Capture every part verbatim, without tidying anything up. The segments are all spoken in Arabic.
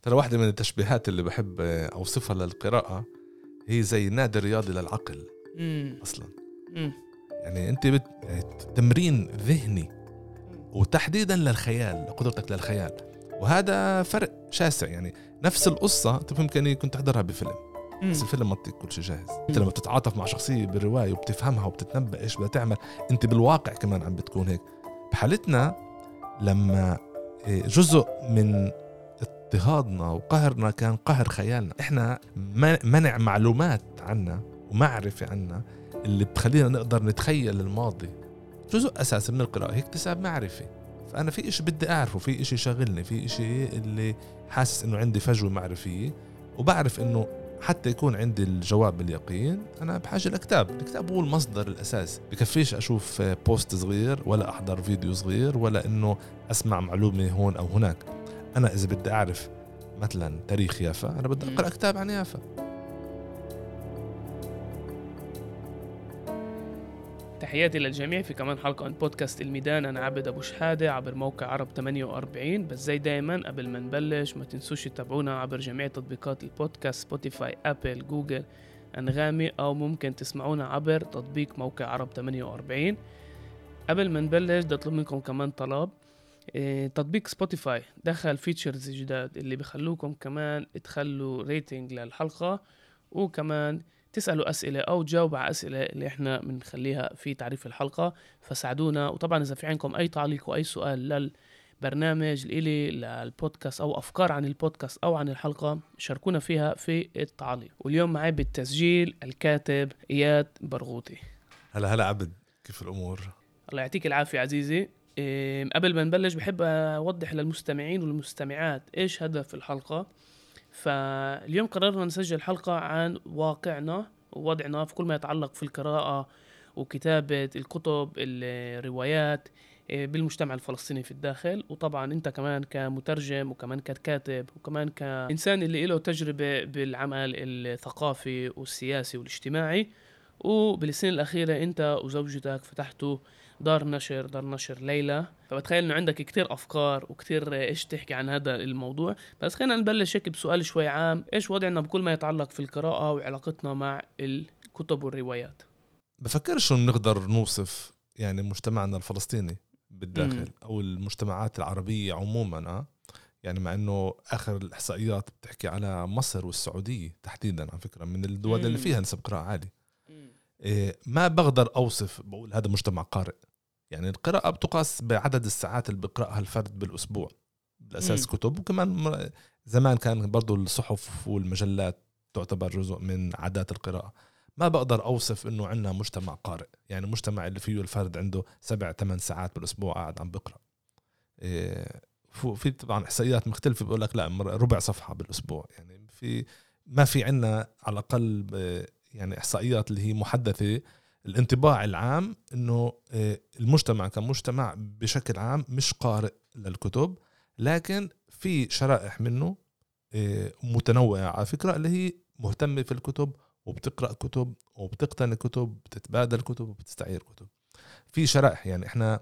ترى واحدة من التشبيهات اللي بحب أوصفها للقراءة هي زي نادي رياضي للعقل. مم. أصلا مم. يعني أنت بت... تمرين ذهني وتحديدا للخيال، قدرتك للخيال، وهذا فرق شاسع. يعني نفس القصة أنت ممكن كنت تحضرها بفيلم، مم. بس الفيلم ما كل شيء جاهز. أنت لما بتتعاطف مع شخصية بالرواية وبتفهمها وبتتنبأ إيش بدها تعمل، أنت بالواقع كمان عم بتكون هيك. بحالتنا لما جزء من اضطهادنا وقهرنا كان قهر خيالنا، إحنا منع معلومات عنا ومعرفة عنا اللي بتخلينا نقدر نتخيل الماضي. جزء أساسي من القراءة هي اكتساب معرفة. فأنا في إشي بدي أعرفه، في إشي شاغلني، في إشي اللي حاسس إنه عندي فجوة معرفية، وبعرف إنه حتى يكون عندي الجواب باليقين أنا بحاجة لكتاب. الكتاب هو المصدر الأساسي. بكفيش أشوف بوست صغير ولا أحضر فيديو صغير ولا إنه أسمع معلومة هون أو هناك. أنا إذا بدي أعرف مثلا تاريخ يافا أنا بدي أقرأ كتاب عن يافا. تحياتي للجميع في كمان حلقة من بودكاست الميدان. أنا عبد أبو شحادة عبر موقع عرب ثمانية وأربعين. بس زي دايما قبل ما نبلش ما تنسوش تتابعونا عبر جميع تطبيقات البودكاست، سبوتيفاي، أبل، جوجل، أنغامي، أو ممكن تسمعونا عبر تطبيق موقع عرب ثمانية وأربعين. قبل ما نبلش بدي أطلب منكم كمان طلب. إيه، تطبيق سبوتيفاي دخل فيتشرز جداد اللي بيخلوكم كمان تخلوا ريتنج للحلقة، وكمان تسألوا أسئلة أو تجاوب على أسئلة اللي إحنا بنخليها في تعريف الحلقة، فساعدونا. وطبعا إذا في عندكم أي تعليق وأي سؤال للبرنامج إلي للبودكاست أو أفكار عن البودكاست أو عن الحلقة شاركونا فيها في التعليق. واليوم معي بالتسجيل الكاتب إياد برغوثي. هلا هلا عبد، كيف الأمور؟ الله يعطيك العافية عزيزي. إيه، قبل ما نبلش بحب أوضح للمستمعين والمستمعات إيش هدف الحلقة. فاليوم قررنا نسجل حلقة عن واقعنا ووضعنا في كل ما يتعلق في القراءة وكتابة الكتب الروايات بالمجتمع الفلسطيني في الداخل. وطبعا انت كمان كمترجم وكمان ككاتب وكمان كإنسان اللي له تجربة بالعمل الثقافي والسياسي والاجتماعي. وبالسنين الأخيرة انت وزوجتك فتحتوا دار نشر دار نشر ليلى. فبتخيل انه عندك كتير افكار وكتير ايش تحكي عن هذا الموضوع. بس خلينا نبلش هيك بسؤال شوي عام. ايش وضعنا بكل ما يتعلق في القراءة وعلاقتنا مع الكتب والروايات؟ بفكرش انه نقدر نوصف يعني مجتمعنا الفلسطيني بالداخل مم. او المجتمعات العربية عموما. يعني مع انه اخر الاحصائيات بتحكي على مصر والسعودية تحديدا على فكرة من الدول مم. اللي فيها نسب قراءة عالي. إيه ما بقدر اوصف بقول هذا مجتمع قارئ. يعني القراءة بتقاس بعدد الساعات اللي بقرأها الفرد بالأسبوع بالأساس. مم. كتب، وكمان زمان كان برضو الصحف والمجلات تعتبر جزء من عادات القراءة. ما بقدر أوصف إنه عنا مجتمع قارئ، يعني مجتمع اللي فيه الفرد عنده سبع ثمان ساعات بالأسبوع قاعد عم بقرأ. إيه في طبعا إحصائيات مختلفة بقول لك لا ربع صفحة بالأسبوع. يعني في ما في عنا على الأقل يعني إحصائيات اللي هي محدثة. الانطباع العام إنه المجتمع كمجتمع بشكل عام مش قارئ للكتب، لكن في شرائح منه متنوعة على فكرة اللي هي مهتمة في الكتب وبتقرأ كتب وبتقتني كتب، بتتبادل كتب وبتستعير كتب. في شرائح يعني إحنا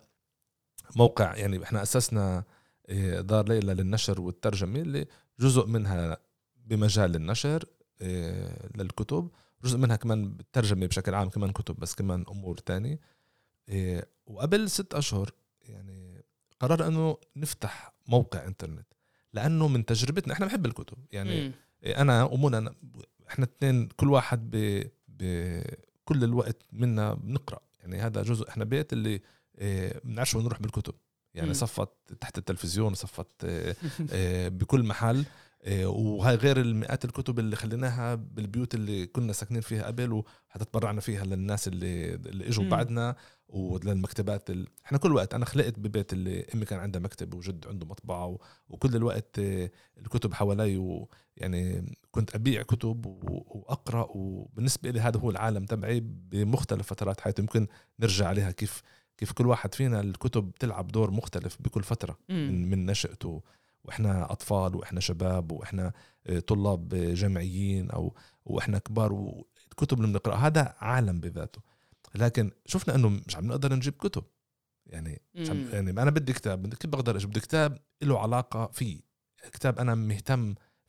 موقع يعني إحنا أسسنا دار ليلى للنشر والترجمة اللي جزء منها بمجال النشر للكتب، جزء منها كمان بالترجمة بشكل عام كمان كتب بس كمان أمور تانية. وقبل ست أشهر يعني قرر أنه نفتح موقع إنترنت لأنه من تجربتنا إحنا بنحب الكتب. يعني م. أنا ومنى إحنا اثنين كل واحد بكل الوقت منا بنقرأ. يعني هذا جزء إحنا بيت اللي بنعرفش ونروح بالكتب. يعني م. صفت تحت التلفزيون، صفت بكل محل. وهاي غير المئات الكتب اللي خليناها بالبيوت اللي كنا ساكنين فيها قبل وحتى تبرعنا فيها للناس اللي اللي اجوا بعدنا وللمكتبات ال... احنا كل وقت انا خلقت ببيت اللي امي كان عندها مكتب وجد عنده مطبعه و... وكل الوقت الكتب حوالي. ويعني كنت ابيع كتب و... واقرا. وبالنسبه لي هذا هو العالم تبعي بمختلف فترات حياتي. ممكن نرجع عليها كيف كيف كل واحد فينا الكتب تلعب دور مختلف بكل فتره من, من نشأته، واحنا اطفال واحنا شباب واحنا طلاب جامعيين او واحنا كبار. والكتب اللي بنقراها هذا عالم بذاته. لكن شفنا انه مش عم نقدر نجيب كتب. يعني مش يعني انا بدي كتاب، كيف بقدر اجيب كتاب له علاقه فيه؟ كتاب انا مهتم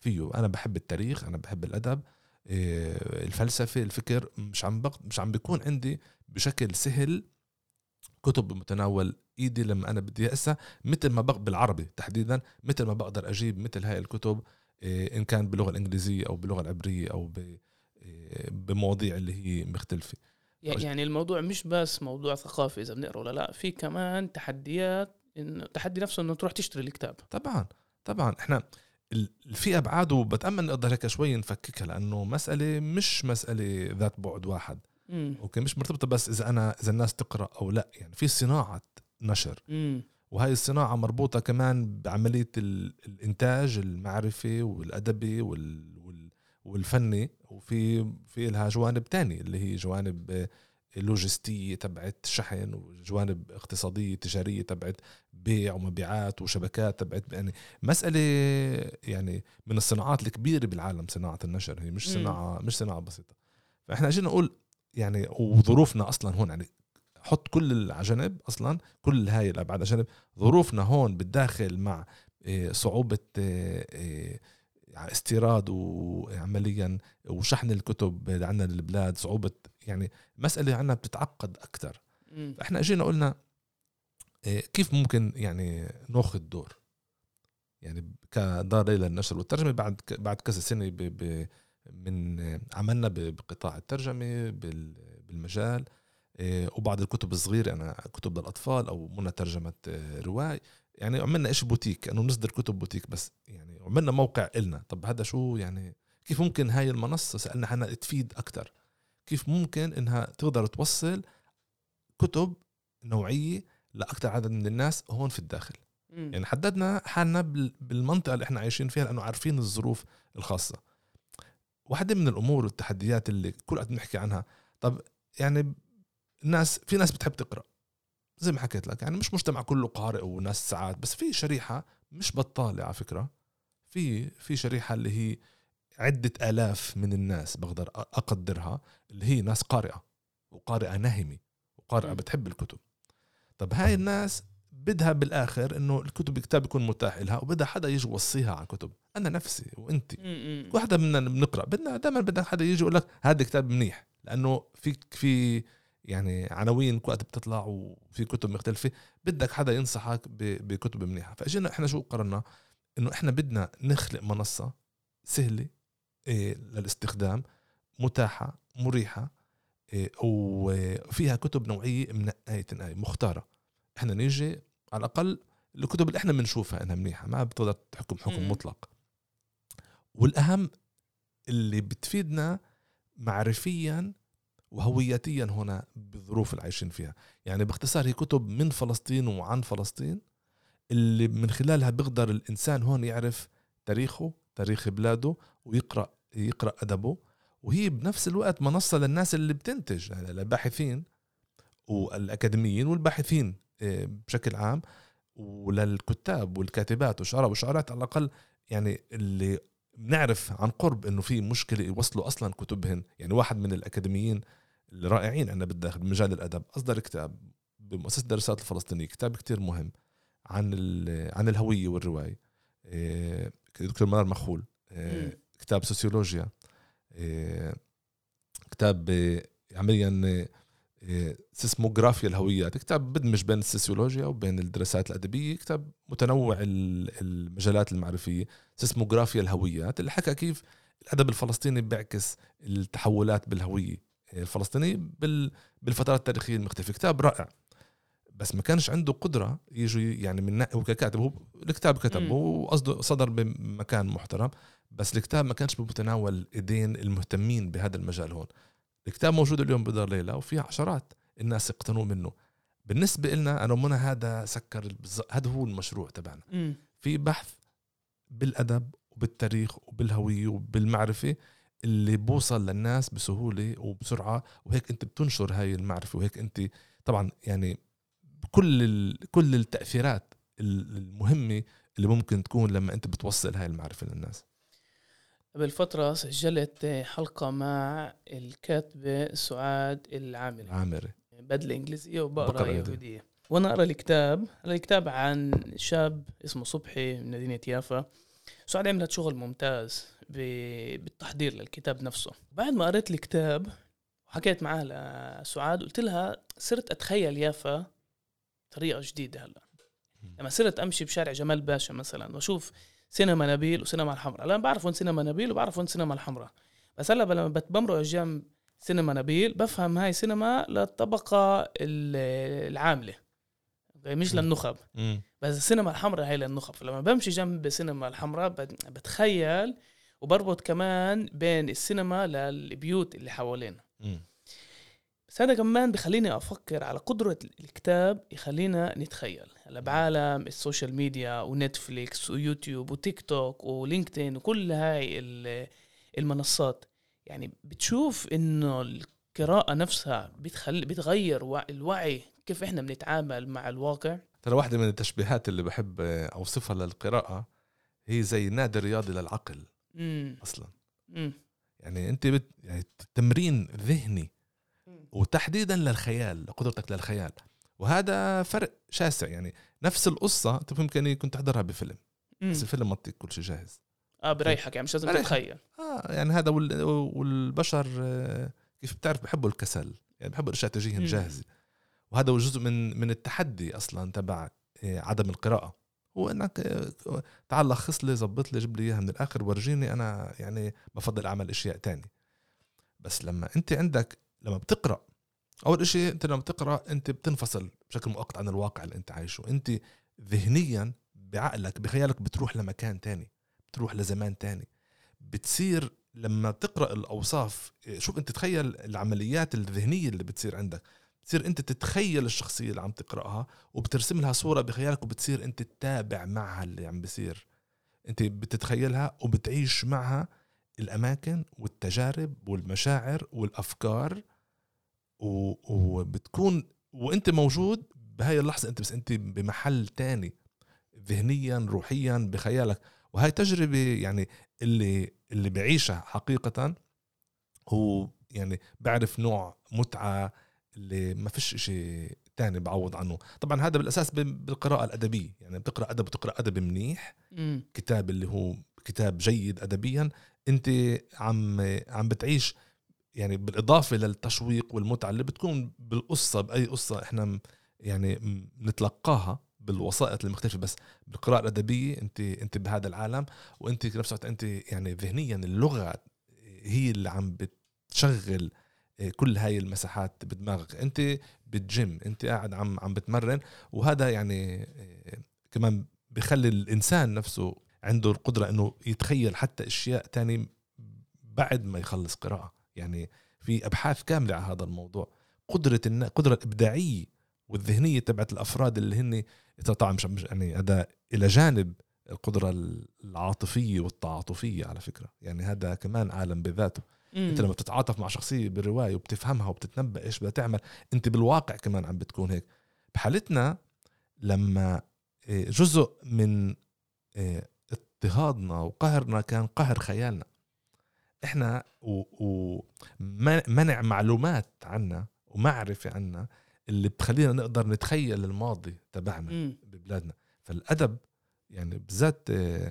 فيه. أنا بحب التاريخ، أنا بحب الأدب، الفلسفة، الفكر، مش عم بق... مش عم بيكون عندي بشكل سهل كتب بمتناول ايدي لما انا بدي اقسى مثل ما بق بالعربي تحديدا، مثل ما بقدر اجيب مثل هاي الكتب ان كان باللغه الانجليزيه او باللغه العبريه او ب... بمواضيع اللي هي مختلفه. يعني الموضوع مش بس موضوع ثقافي اذا بنقرا ولا لا، في كمان تحديات، انه تحدي نفسه انه تروح تشتري الكتاب. طبعا طبعا احنا في ابعاد، وبتامل نقدر هيك شوي نفككها، لانه مساله مش مساله ذات بعد واحد. مم. اوكي، مش مرتبطه بس اذا انا اذا الناس تقرا او لا، يعني في صناعه نشر. مم. وهي الصناعه مربوطه كمان بعمليه الانتاج المعرفي والادبي وال وال والفني، وفي في لها جوانب تانية اللي هي جوانب لوجستية تبعت شحن، وجوانب اقتصادية تجارية تبعت بيع ومبيعات وشبكات تبعت، يعني مسألة يعني من الصناعات الكبيرة بالعالم صناعة النشر، هي مش صناعة مش صناعة بسيطة. فإحنا جينا نقول يعني وظروفنا أصلا هون، يعني حط كل العجنب أصلا، كل هاي الأبعاد عجنب، ظروفنا هون بالداخل مع صعوبة استيراد وعمليا وشحن الكتب عندنا للبلاد، صعوبة يعني مسألة عنا بتتعقد أكتر. فإحنا أجينا قلنا كيف ممكن يعني ناخذ دور يعني كدار ليلى للنشر والترجمة بعد بعد كذا سنة ب ب من عملنا بقطاع الترجمة بالمجال، وبعض الكتب الصغيرة، أنا كتب للأطفال أو منى ترجمة رواية، يعني عملنا إيش بوتيك أنه نصدر كتب بوتيك بس، يعني عملنا موقع إلنا. طب هذا شو يعني كيف ممكن هاي المنصة سألنا حنا تفيد أكتر، كيف ممكن إنها تقدر توصل كتب نوعية لأكتر عدد من الناس هون في الداخل. م. يعني حددنا حالنا بالمنطقة اللي إحنا عايشين فيها لأنه عارفين الظروف الخاصة. واحدة من الأمور والتحديات اللي كل وقت بنحكي عنها، طب يعني الناس، في ناس بتحب تقرأ زي ما حكيت لك، يعني مش مجتمع كله قارئ وناس ساعات، بس في شريحة مش بطالة على فكرة، في في شريحة اللي هي عدة آلاف من الناس بقدر أقدرها اللي هي ناس قارئة وقارئة نهمي وقارئة م. بتحب الكتب. طب هاي الناس بدها بالآخر إنه الكتب الكتاب يكون متاح لها، وبدها حدا يجي يوصيها عن كتب. أنا نفسي وإنتي كل واحدة مننا بنقرأ، بدنا دائما بدنا حدا يجي يقول لك هذا كتاب منيح، لأنه في في يعني عناوين وقت بتطلع وفي كتب مختلفة، بدك حدا ينصحك بكتب منيحة. فأجينا إحنا شو قررنا، إنه إحنا بدنا نخلق منصة سهلة إيه للاستخدام، متاحة مريحة، إيه وفيها كتب نوعية من آية آية مختارة. إحنا نيجي على الأقل الكتب اللي إحنا بنشوفها إنها منيحة، ما بتقدر تحكم حكم مطلق. والأهم اللي بتفيدنا معرفياً وهوياتيا هنا بالظروف اللي عايشين فيها. يعني باختصار هي كتب من فلسطين وعن فلسطين، اللي من خلالها بيقدر الإنسان هون يعرف تاريخه، تاريخ بلاده، ويقرأ يقرأ أدبه. وهي بنفس الوقت منصة للناس اللي بتنتج، يعني الباحثين والأكاديميين والباحثين بشكل عام، وللكتاب والكاتبات والشعراء والشعرات على الأقل، يعني اللي بنعرف عن قرب إنه في مشكلة يوصلوا أصلا كتبهن. يعني واحد من الأكاديميين الرائعين عندنا بالداخل بمجال الأدب أصدر كتاب بمؤسسة الدراسات الفلسطينية، كتاب كتير مهم عن عن الهوية والرواية، دكتور منار مخول، كتاب سوسيولوجيا، كتاب عمليا سيسموغرافيا الهويات، كتاب بدمج بين السوسيولوجيا وبين الدراسات الأدبية، كتاب متنوع المجالات المعرفية، سيسموغرافيا الهويات، اللي حكى كيف الأدب الفلسطيني بيعكس التحولات بالهوية الفلسطينية بالفترات التاريخية المختلفة. كتاب رائع، بس ما كانش عنده قدرة يجي يعني من هو ككاتب، هو الكتاب كتب وقصده صدر بمكان محترم، بس الكتاب ما كانش بمتناول ايدين المهتمين بهذا المجال. هون الكتاب موجود اليوم بدار ليلى وفي عشرات الناس اقتنوا منه. بالنسبة لنا أنا ومنى هذا سكر، هذا هو المشروع تبعنا. م. في بحث بالأدب وبالتاريخ وبالهوية وبالمعرفة اللي بوصل للناس بسهولة وبسرعة، وهيك أنت بتنشر هاي المعرفة، وهيك أنت طبعا يعني كل كل التأثيرات المهمة اللي ممكن تكون لما أنت بتوصل هاي المعرفة للناس. قبل فترة سجلت حلقة مع الكاتبة سعاد العامري العامري بدلة إنجليزية وبقرة يهودية دي. وأنا أقرأ الكتاب الكتاب عن شاب اسمه صبحي من مدينة يافا، سعاد عملت شغل ممتاز بالتحضير للكتاب نفسه. بعد ما قريت الكتاب وحكيت معها لسعاد قلت لها صرت أتخيل يافا طريقة جديدة. هلا لما صرت أمشي بشارع جمال باشا مثلا وأشوف سينما نبيل وسينما الحمراء، لأن بعرف وين سينما نبيل وبعرف وين سينما الحمراء، بس هلا لما بتبمرق جنب سينما نبيل بفهم هاي سينما للطبقة العاملة مش للنخب، بس السينما الحمراء هاي للنخب. فلما بمشي جنب سينما الحمراء بتخيل وبربط كمان بين السينما للبيوت اللي حوالينا. بس هذا كمان بخليني أفكر على قدرة الكتاب يخلينا نتخيل. هلا بعالم السوشيال ميديا ونتفليكس ويوتيوب وتيك توك ولينكدين وكل هاي المنصات، يعني بتشوف إنه القراءة نفسها بتخلي بتغير الوعي كيف إحنا بنتعامل مع الواقع. ترى واحدة من التشبيهات اللي بحب أوصفها للقراءة هي زي نادي رياضي للعقل. مم. أصلا مم. يعني أنت بت... يعني تمرين ذهني وتحديدا للخيال، قدرتك للخيال، وهذا فرق شاسع. يعني نفس القصة أنت ممكن كنت تحضرها بفيلم، مم. بس الفيلم ما كل شيء جاهز. آه بريحك يعني مش لازم تتخيل. آه يعني هذا وال... والبشر كيف بتعرف بحبوا الكسل، يعني بحبوا الأشياء تجيهم جاهزة، وهذا هو جزء من من التحدي أصلا تبع عدم القراءة، هو إنك تعال لخص لي زبط لي جيب لي إياها من الآخر ورجيني أنا يعني بفضل أعمل أشياء تاني. بس لما أنت عندك لما بتقرأ أول إشي أنت لما بتقرأ أنت بتنفصل بشكل مؤقت عن الواقع اللي أنت عايشه، أنت ذهنيا بعقلك بخيالك بتروح لمكان تاني، بتروح لزمان تاني، بتصير لما تقرأ الأوصاف. شوف أنت تخيل العمليات الذهنية اللي بتصير عندك، بتصير أنت تتخيل الشخصية اللي عم تقرأها وبترسم لها صورة بخيالك، وبتصير أنت تتابع معها اللي عم بيصير، أنت بتتخيلها وبتعيش معها الأماكن والتجارب والمشاعر والأفكار، وبتكون وأنت موجود بهاي اللحظة، أنت بس أنت بمحل تاني ذهنيا روحيا بخيالك. وهاي تجربة يعني اللي اللي بعيشها حقيقة هو يعني بعرف نوع متعة اللي ما فيش إشي تاني بعوض عنه. طبعا هذا بالأساس بالقراءة الأدبية، يعني بتقرأ أدب وتقرأ أدب منيح، م. كتاب اللي هو كتاب جيد أدبيا، أنت عم عم بتعيش يعني بالإضافة للتشويق والمتعة اللي بتكون بالقصة. بأي قصة إحنا يعني نتلقاها بالوسائط المختلفة، بس بالقراءة الأدبية أنت أنت بهذا العالم، وأنت في نفس الوقت أنت يعني ذهنيا اللغة هي اللي عم بتشغل كل هاي المساحات بدماغك. أنت بالجيم أنت قاعد عم عم بتمرن، وهذا يعني كمان بيخلي الإنسان نفسه عنده القدرة إنه يتخيل حتى أشياء تاني بعد ما يخلص قراءة. يعني في أبحاث كاملة على هذا الموضوع، قدرة النا... قدرة الإبداعية والذهنية تبعت الأفراد اللي هن طبعا مش يعني هذا إلى جانب القدرة العاطفية والتعاطفية على فكرة، يعني هذا كمان عالم بذاته. مم. أنت لما تتعاطف مع شخصية بالرواية وبتفهمها وبتتنبأ إيش بدها تعمل، أنت بالواقع كمان عم بتكون هيك. بحالتنا لما جزء من اضطهادنا وقهرنا كان قهر خيالنا إحنا ومنع معلومات عنا ومعرفة عنا اللي بتخلينا نقدر نتخيل الماضي تبعنا م. ببلادنا. فالأدب يعني بالذات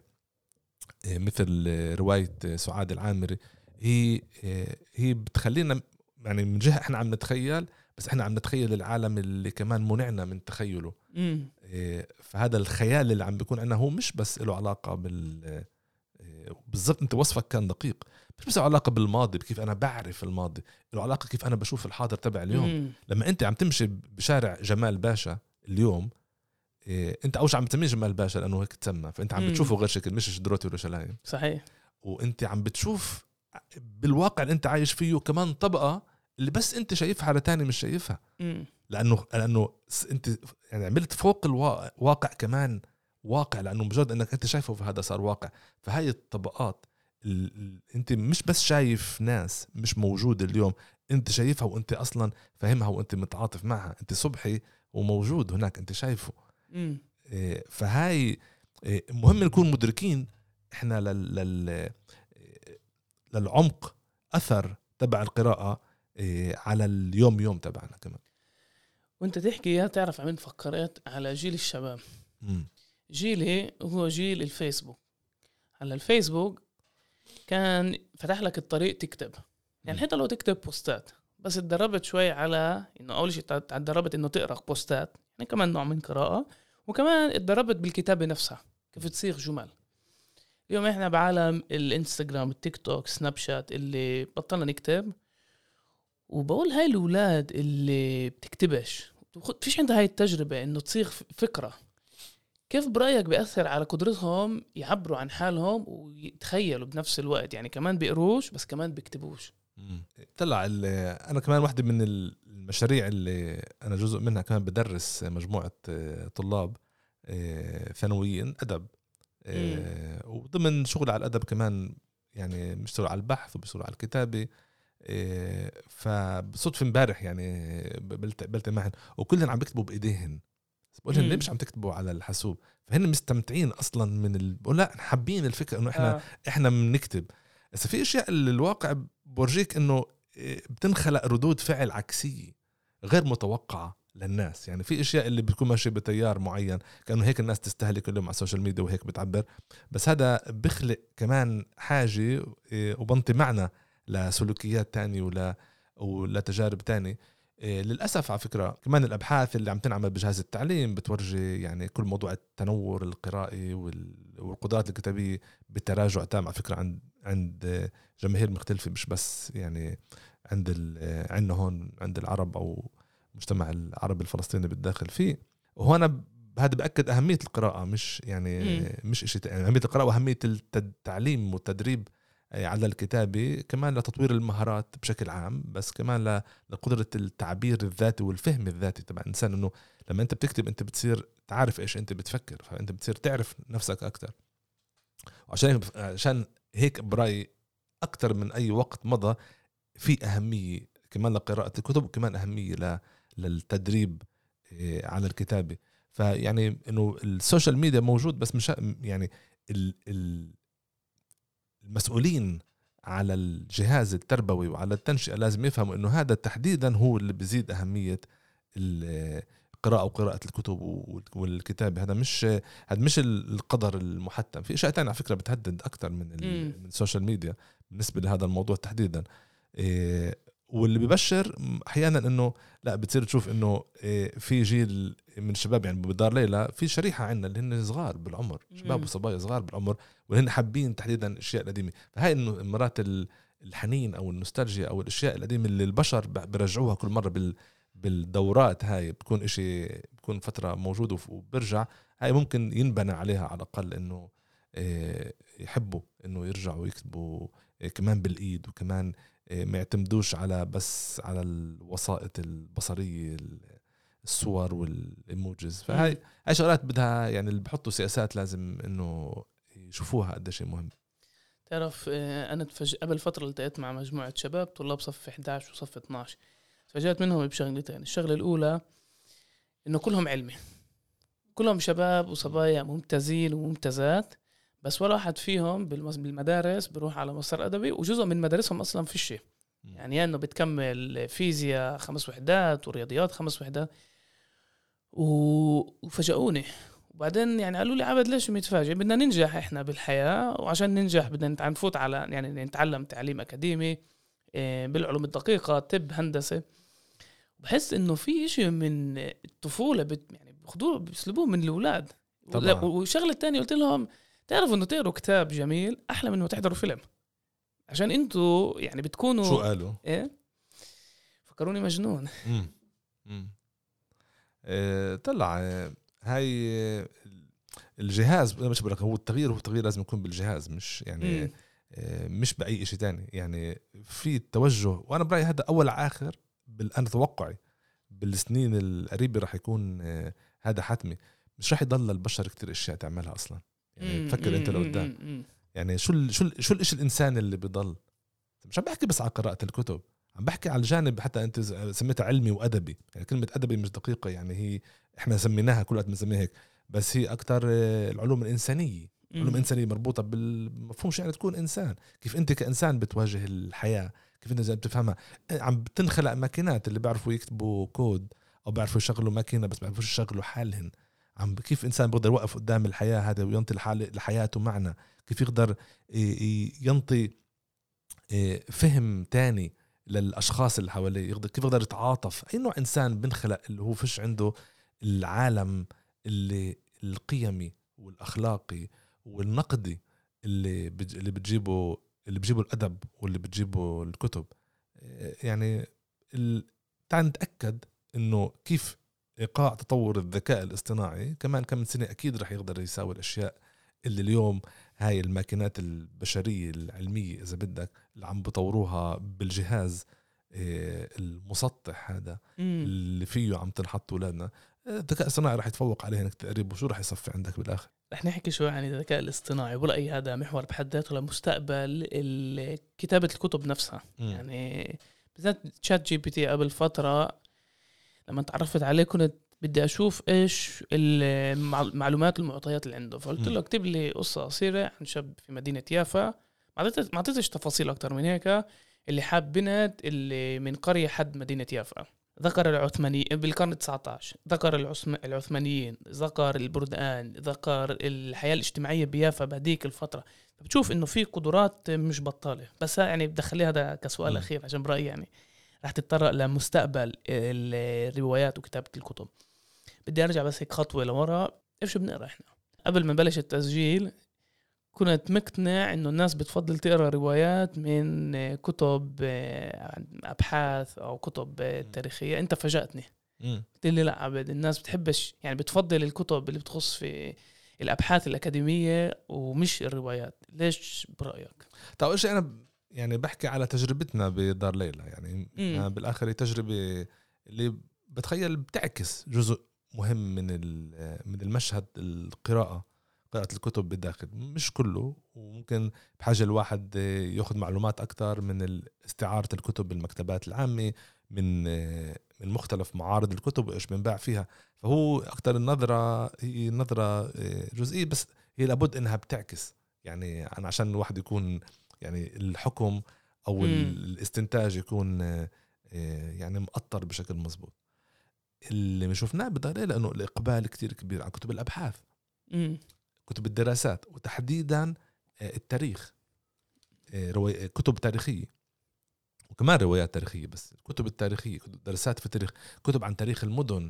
مثل رواية سعاد العامري هي هي بتخلينا يعني من جهة إحنا عم نتخيل، بس إحنا عم نتخيل العالم اللي كمان منعنا من تخيله. م. فهذا الخيال اللي عم بيكون عنا هو مش بس له علاقة بال بالضبط أنت وصفك كان دقيق، مش بس علاقة بالماضي كيف أنا بعرف الماضي، له علاقة كيف أنا بشوف الحاضر تبع اليوم. مم. لما أنت عم تمشي بشارع جمال باشا اليوم إيه، أنت أوش عم تسميه جمال باشا لأنه هيك تسمى، فأنت عم مم. بتشوفه غير شكل، مش شدروتي ولا شلايم. صحيح. وأنت عم بتشوف بالواقع اللي أنت عايش فيه كمان طبقة اللي بس أنت شايفها على تاني مش شايفها. مم. لأنه لأنه أنت يعني عملت فوق الواقع كمان واقع، لأنه مجرد أنك أنت شايفه فهذا صار واقع. فهاي الطبقات ال... انت مش بس شايف ناس مش موجودة اليوم، انت شايفها وانت اصلا فاهمها وانت متعاطف معها، انت صبحي وموجود هناك انت شايفه. م. إيه فهاي إيه مهم نكون مدركين احنا لل... لل... للعمق اثر تبع القراءة إيه على اليوم يوم تبعنا كمان. وانت تحكي يا تعرف عمين فكرت على جيل الشباب. م. جيلي هو جيل الفيسبوك، على الفيسبوك كان فتح لك الطريق تكتب، يعني حتى لو تكتب بوستات بس اتدربت شوي على انه اول شيء اتدربت انه تقرا بوستات، يعني كمان نوع من قراءه، وكمان اتدربت بالكتابه نفسها كيف تصيغ جمل. اليوم احنا بعالم الانستغرام التيك توك سناب شات اللي بطلنا نكتب، وبقول هاي الاولاد اللي بتكتبش فيش عندها هاي التجربه انه تصيغ فكره، كيف برايك بيأثر على قدرتهم يعبروا عن حالهم ويتخيلوا بنفس الوقت؟ يعني كمان بيقروش بس كمان بيكتبوش. طلع انا كمان واحدة من المشاريع اللي انا جزء منها، كمان بدرس مجموعة طلاب ثانويين ادب، وضمن شغل على الادب كمان يعني بيشتغلوا على البحث وبيشتغلوا على الكتابة. فبصدفة امبارح يعني بلت معهن وكلهم عم بيكتبوا بايديهن، بقول لهم ليه مش عم تكتبوا على الحاسوب؟ فهن مستمتعين اصلا من ال... بقول لا حابين الفكره انه احنا آه. احنا بنكتب. بس في اشياء اللي الواقع بورجيك انه بتنخلق ردود فعل عكسيه غير متوقعه للناس. يعني في اشياء اللي بتكون ماشيه بتيار معين كانه هيك الناس تستهلك اليوم على السوشيال ميديا وهيك بتعبر، بس هذا بخلق كمان حاجه وبنطي معنى لسلوكيات تانية ولا ولا تجارب تانية. للأسف على فكرة كمان الأبحاث اللي عم تنعمل بجهاز التعليم بتورجي يعني كل موضوع التنور القرائي والقدرات الكتابية بالتراجع تام على فكرة عند عند جماهير مختلفة، مش بس يعني عند عندنا هون عند العرب أو مجتمع العرب الفلسطيني بالداخل فيه. وهنا هذا بأكد أهمية القراءة، مش يعني م. مش إشي تاني، أهمية القراءة وأهمية التعليم والتدريب على الكتابة كمان لتطوير المهارات بشكل عام، بس كمان لقدرة التعبير الذاتي والفهم الذاتي تبع الإنسان. إنه لما أنت بتكتب أنت بتصير تعرف إيش أنت بتفكر، فأنت بتصير تعرف نفسك أكتر. وعشان عشان هيك برأيي أكتر من أي وقت مضى في أهمية كمان لقراءة الكتب وكمان أهمية للتدريب على الكتابة. فيعني إنه السوشيال ميديا موجود، بس مش يعني ال ال المسؤولين على الجهاز التربوي وعلى التنشئة لازم يفهموا إنه هذا تحديدا هو اللي بيزيد أهمية القراءة وقراءة الكتب والكتاب. هذا مش هذا مش القدر المحتم، في أشياء تانية على فكرة بتهدد أكتر من, من السوشيال ميديا بالنسبة لهذا الموضوع تحديدا. واللي ببشر أحيانا إنه لا بتصير تشوف إنه في جيل من الشباب يعني بدار ليلى في شريحة عنا اللي هن صغار بالعمر، شباب وصبايا صغار بالعمر، وهن حابين تحديدا الأشياء القديمة. فهاي إنه مرات الحنين أو النوستالجيا أو الأشياء القديمة اللي البشر برجعوها كل مرة بال بالدورات، هاي بتكون إشي بتكون فترة موجودة وبرجع، هاي ممكن ينبنى عليها على الأقل إنه يحبوا إنه يرجعوا يكتبوا كمان بالإيد، وكمان ما يعتمدوش على بس على الوسائط البصرية الصور والإيموجيز. فهاي هاي شغلات بدها يعني اللي بحطوا سياسات لازم إنه يشوفوها قد شيء مهم. تعرف أنا تفج... قبل فترة التقيت مع مجموعة شباب طلاب صف إحدى عشر وصف اثنا عشر، تفاجأت منهم بشغلتين. الشغلة الأولى إنه كلهم علمي، كلهم شباب وصبايا ممتازين وممتازات، بس ولا واحد فيهم بالمدارس بروح على مسار أدبي، وجزء من مدارسهم أصلا في الشيء يعني أنه بتكمل فيزياء خمس وحدات ورياضيات خمس وحدات. وفجأوني وبعدين يعني قالوا لي عبد ليش متفاجئ؟ بدنا ننجح إحنا بالحياة، وعشان ننجح بدنا نفوت على يعني نتعلم تعليم أكاديمي بالعلوم الدقيقة، طب، هندسة. بحس إنه في إشي من الطفولة بت يعني بخدوه بيسلبوه من الأولاد. وشغلة الثانية قلت لهم تعرفوا إنه تقروا كتاب جميل أحلى من إنه تحضروا فيلم، عشان أنتوا يعني بتكونوا شو قالوا؟ إيه فكروني مجنون. امم امم إيه طلع هاي الجهاز مش بقولك هو التغيير، هو التغيير لازم يكون بالجهاز، مش يعني مم. مش بأي شيء تاني. يعني في توجه، وأنا برأيي هذا أول آخر بالأنا توقعي بالسنين القريبة راح يكون هذا حتمي. مش راح يضل البشر كتير إشياء تعملها أصلا. يعني تفكر أنت لقدام يعني شو ال شو ال شو الإشي الإنسان اللي بيضل. مش عم بحكي بس على قراءة الكتب، عم بحكي على الجانب حتى أنت سميتها علمي وأدبي. يعني كلمة أدبي مش دقيقة، يعني هي إحنا سميناها كل وقت بنسميها هيك، بس هي أكتر العلوم الإنسانية. علوم إنسانية مربوطة بالمفهوم شو يعني تكون إنسان، كيف أنت كإنسان بتواجه الحياة، كيف أنت زي بتفهمها. عم بتنخلق ماكينات اللي بيعرفوا يكتبوا كود أو بيعرفوا يشغلوا ماكينة بس بيعرفوش يشغلوا حالهن. عم كيف إنسان بيقدر يوقف قدام الحياة هذا وينطي لحياته معنى، كيف يقدر ينطي فهم تاني للأشخاص اللي حواليه، يقدر كيف يقدر يتعاطف. أي نوع إنسان بنخلق اللي هو فيش عنده العالم اللي القيمي والأخلاقي والنقدي اللي بج... اللي بتجيبه اللي بتجيبه الأدب واللي بتجيبه الكتب. يعني ال... تعال نتأكد إنه كيف إيقاع تطور الذكاء الاصطناعي كمان كم سنة أكيد رح يقدر يساوي الأشياء اللي اليوم هاي الماكينات البشرية العلمية إذا بدك اللي عم بطوروها بالجهاز المسطح هذا مم. اللي فيه عم تنحط أولادنا. الذكاء الاصطناعي رح يتفوق عليه هناك تقريبا. وشو رح يصفي عندك بالآخر؟ رح نحكي شوي عن الذكاء الاصطناعي، برأيي هذا محور بحد ذاته لمستقبل كتابة الكتب نفسها. م. يعني بالذات شات جي بي تي قبل فترة لما تعرفت عليه كنت بدي أشوف إيش المعلومات المعطيات اللي عنده، فقلت له اكتب لي قصة قصيرة عن شاب في مدينة يافا. ما عطيتش تفاصيل أكتر من هيك، اللي حاب بنت اللي من قرية حد مدينة يافا، ذكر العثماني بالقرن التاسع عشر، ذكر العثمانيين، ذكر البردقان، ذكر الحياة الاجتماعية بيافا بهديك الفترة. بتشوف إنه في قدرات مش بطالة. بس يعني بدخلي هذا كسؤال م. أخير عشان برأيي يعني رح تتطرق لمستقبل الروايات وكتابة الكتب. بدي أرجع بس هيك خطوة لورا. إيش بنقرأ إحنا؟ قبل ما نبلش التسجيل كنت مقتنع إنه الناس بتفضل تقرأ روايات من كتب أبحاث أو كتب تاريخية. أنت فاجأتني، قلت لي لا عبد، الناس بتحبش يعني بتفضل الكتب اللي بتخص في الأبحاث الأكاديمية ومش الروايات. ليش برأيك؟ طيب إيش أنا يعني بحكي على تجربتنا بدار ليلى. يعني بالآخر تجربة اللي بتخيل بتعكس جزء مهم من من المشهد القراءة، قراءة الكتب بالداخل. مش كله، وممكن بحاجة الواحد يأخذ معلومات أكتر من استعارة الكتب بالمكتبات العامة، من من مختلف معارض الكتب وإيش بنباع فيها. فهو أكتر النظرة هي نظرة جزئية، بس هي لابد إنها بتعكس. يعني أنا عشان الواحد يكون يعني الحكم أو م. الاستنتاج يكون يعني مؤطر بشكل مظبوط. اللي شفناه بدار لأنه الإقبال كتير كبير على كتب الأبحاث، م. كتب الدراسات، وتحديدا التاريخ، كتب تاريخية وكمان روايات تاريخية. بس الكتب التاريخية، كتب دراسات في التاريخ، كتب عن تاريخ المدن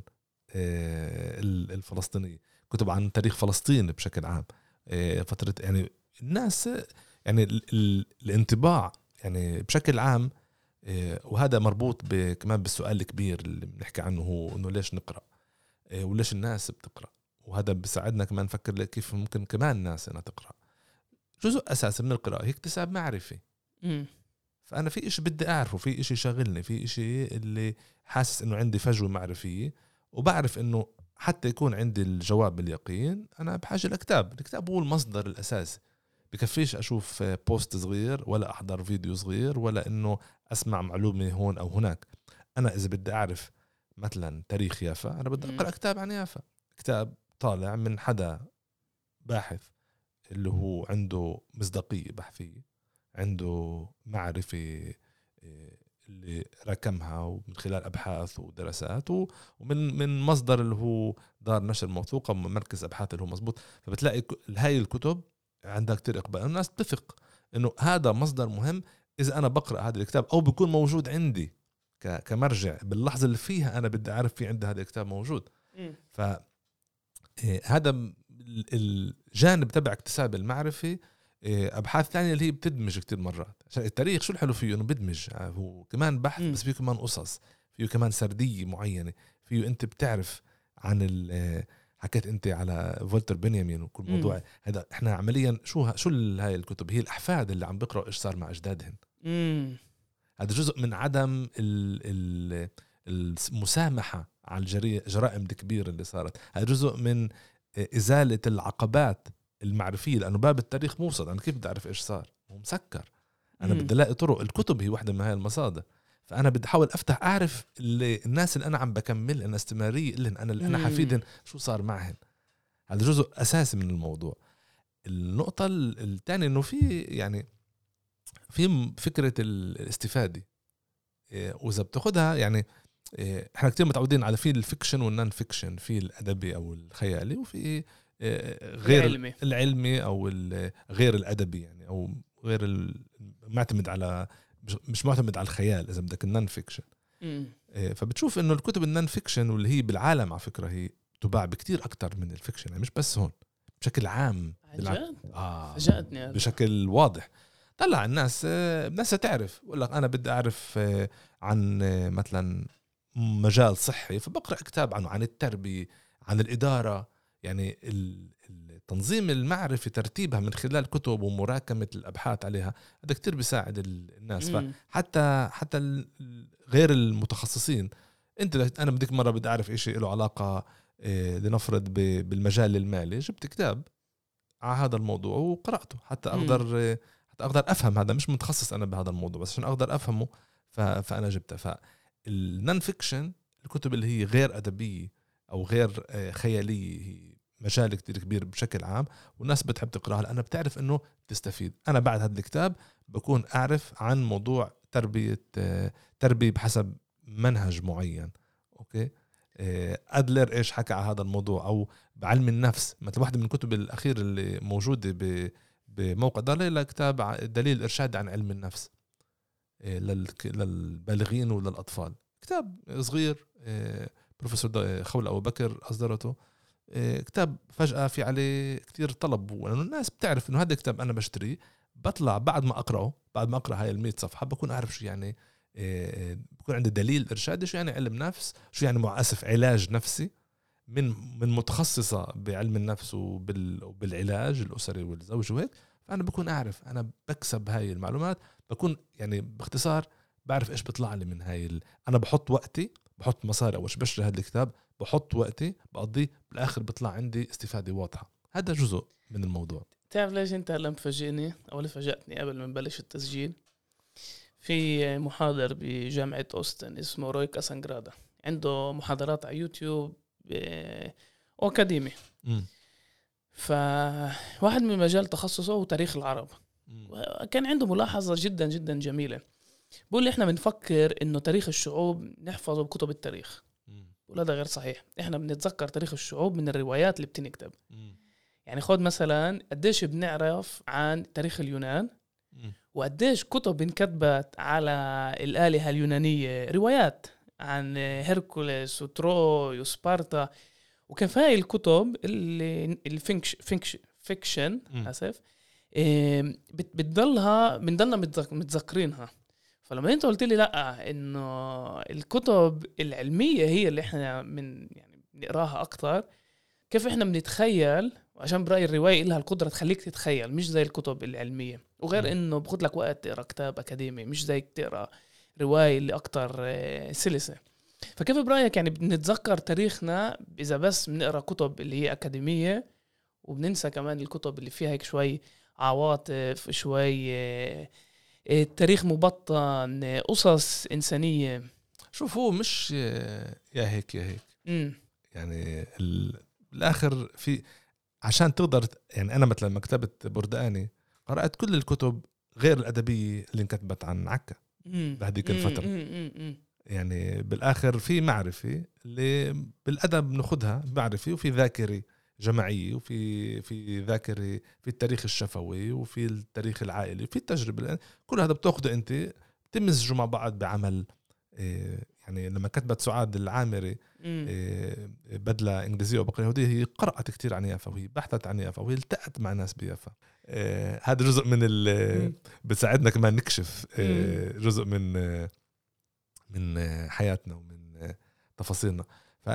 الفلسطينية، كتب عن تاريخ فلسطين بشكل عام. فترة يعني الناس يعني الانطباع يعني بشكل عام. وهذا مربوط كمان بالسؤال الكبير اللي بنحكي عنه، هو إنه ليش نقرأ وليش الناس بتقرأ. وهذا بيساعدنا كمان نفكر كيف ممكن كمان الناس أنا تقرأ. جزء أساسي من القراءة هي اكتساب معرفي. م. فأنا في إشي بدي أعرفه، في إشي شاغلني، في إشي اللي حاسس إنه عندي فجوة معرفية، وبعرف إنه حتى يكون عندي الجواب باليقين أنا بحاجة لكتاب. الكتاب هو المصدر الأساسي. بكفيش أشوف بوست صغير، ولا أحضر فيديو صغير، ولا إنه أسمع معلومة هون أو هناك. أنا إذا بدي أعرف مثلا تاريخ يافا، أنا بدي أقرأ كتاب عن يافا، كتاب طالع من حدا باحث اللي هو عنده مصداقية بحثية، عنده معرفة اللي ركمها ومن خلال أبحاث ودراسات، ومن من مصدر اللي هو دار نشر موثوقة ومركز أبحاث اللي هو مزبوط. فبتلاقي هاي الكتب عندها كتير إقبال. الناس تثق إنه هذا مصدر مهم. إذا أنا بقرأ هذا الكتاب أو بيكون موجود عندي كمرجع باللحظة اللي فيها أنا بدي أعرف في عندي هذا الكتاب موجود. فهذا الجانب تبع اكتساب المعرفة. أبحاث ثانية اللي هي بتدمج كتير مرات. عشان التاريخ شو الحلو فيه إنه بدمج، هو كمان بحث م. بس فيه كمان قصص، فيه كمان سردية معينة، فيه أنت بتعرف عن حكيت أنت على فولتر بنيامين وكل موضوع هذا. إحنا عمليا شو شو هاي الكتب هي الأحفاد اللي عم بيقرأوا إيش صار مع أجدادهم. هذا جزء من عدم ال المسامحة على الجرائم الكبيرة اللي صارت. هذا جزء من إزالة العقبات المعرفية، لأنه باب التاريخ موصل. أنا كيف بدي أعرف إيش صار؟ هو مسكر. أنا بدي ألاقي طرق. الكتب هي واحدة من هاي المصادر. فأنا بدي أحاول أفتح أعرف اللي الناس اللي أنا عم بكمل أنا استمرارية اللي أنا اللي أنا حفيدن شو صار معهن. هذا جزء أساسي من الموضوع. النقطة الثانية إنه في يعني في فكرة الاستفادة، وإذا بتاخدها يعني احنا كتير متعودين على في الفيكشن والنون فيكشن، في الادبي او الخيالي، وفي غير العلمي, العلمي او غير الادبي يعني، او غير معتمد على مش معتمد على الخيال اذا بدك النون فيكشن. فبتشوف انه الكتب النون فيكشن واللي هي بالعالم على فكره هي تباع بكتير اكتر من الفيكشن، يعني مش بس هون بشكل عام. آه فاجأتني بشكل واضح. طلع الناس الناس تعرف، بقول لك انا بدي اعرف عن مثلا مجال صحي، فبقرأ كتاب عنه، عن التربية، عن الإدارة. يعني التنظيم المعرفي ترتيبها من خلال كتب ومراكمة الأبحاث عليها، هذا كتير بيساعد الناس. فحتى حتى غير المتخصصين، انت أنا بديك مرة بدي أعرف إشي له علاقة لنفرض بالمجال المالي، جبت كتاب على هذا الموضوع وقرأته حتى أقدر مم. حتى أقدر أفهم. هذا مش متخصص أنا بهذا الموضوع، بس عشان أقدر أفهمه فأنا جبته. فالنون فيكشن الكتب اللي هي غير أدبية أو غير خيالية هي مجال كتير كبير بشكل عام، والناس بتحب تقرأها لأنها بتعرف إنه تستفيد. أنا بعد هذا الكتاب بكون أعرف عن موضوع تربية تربية بحسب منهج معين. أوكي، أدلر إيش حكى على هذا الموضوع، أو بعلم النفس مثل واحدة من الكتب الأخيرة اللي موجودة بموقع دار كتاب دليل إرشاد عن علم النفس للبالغين وللأطفال. كتاب صغير بروفيسور خول أبو بكر أصدرته. كتاب فجأة في عليه كتير طلب، وأنه الناس بتعرف إنه هذا الكتاب أنا بشتريه. بطلع بعد ما أقرأه، بعد ما أقرأ هاي المية صفحة، بكون أعرف شو يعني، بكون عندي دليل إرشادي شو يعني علم نفس، شو يعني معاسف علاج نفسي من من متخصصة بعلم النفس وبالعلاج الأسري والزوج وهيك. فأنا بكون أعرف، أنا بكسب هاي المعلومات، بكون يعني باختصار بعرف إيش بيطلع لي من هاي ال... أنا بحط وقتي، بحط مصاري أول شيء بشتري هذا الكتاب، بحط وقتي بقضيه، بالآخر بيطلع عندي استفادة واضحة. هذا جزء من الموضوع. تعرف ليش أنت لم تفاجئني أو اللي فاجأتني قبل ما نبلش التسجيل؟ في محاضر بجامعة أوستن اسمه روي كاسانجرادا، عنده محاضرات على يوتيوب أكاديمي. م. فواحد من مجال تخصصه هو تاريخ العرب. م. كان عنده ملاحظة جدا جدا جميلة. بقول لي إحنا بنفكر إنه تاريخ الشعوب نحفظه بكتب التاريخ. ولا ده غير صحيح. إحنا بنتذكر تاريخ الشعوب من الروايات اللي بتنكتب. م. يعني خد مثلا قديش بنعرف عن تاريخ اليونان، م. وقديش كتب انكتبت على الآلهة اليونانية، روايات عن هيركوليس وتروي وسبارتا. وكفاية الكتب اللي الفينكش فينكش فيكشن اسف بتضلها بنضلنا متذكرينها. فلما انت قلت لي لا، انه الكتب العلمية هي اللي احنا من يعني نقراها اكتر، كيف احنا بنتخيل؟ عشان برأي الرواية لها القدرة تخليك تتخيل، مش زي الكتب العلمية. وغير انه بخد لك وقت تقرا كتاب اكاديمي، مش زي تقرا رواية اللي اكتر سلسة. فكيف برأيك يعني بنتذكر تاريخنا إذا بس بنقرأ كتب اللي هي أكاديمية، وبننسى كمان الكتب اللي فيها هيك شوي عواطف، شوي تاريخ مبطن، قصص إنسانية؟ شوف، هو مش يا هيك يا هيك م. يعني الآخر في عشان تقدر يعني. أنا مثلا مكتبة بردقاني قرأت كل الكتب غير الأدبية اللي انكتبت عن عكا بهذيك الفترة. م. م. م. يعني بالآخر في معرفة اللي بالأدب ناخدها معرفة، وفي ذاكرة جماعية، وفي في ذاكرة في التاريخ الشفوي، وفي التاريخ العائلي، وفي التجربة. كل هذا بتاخده أنت تمزجوا مع بعض بعمل. يعني لما كتبت سعاد العامري بدلة إنجليزية وبقرة يهودية، هي قرأت كتير عن يافا، وهي بحثت عن يافا، وهي التقت مع ناس بيافا. هذا جزء من ال بتساعدنا كمان نكشف جزء من من حياتنا ومن تفاصيلنا.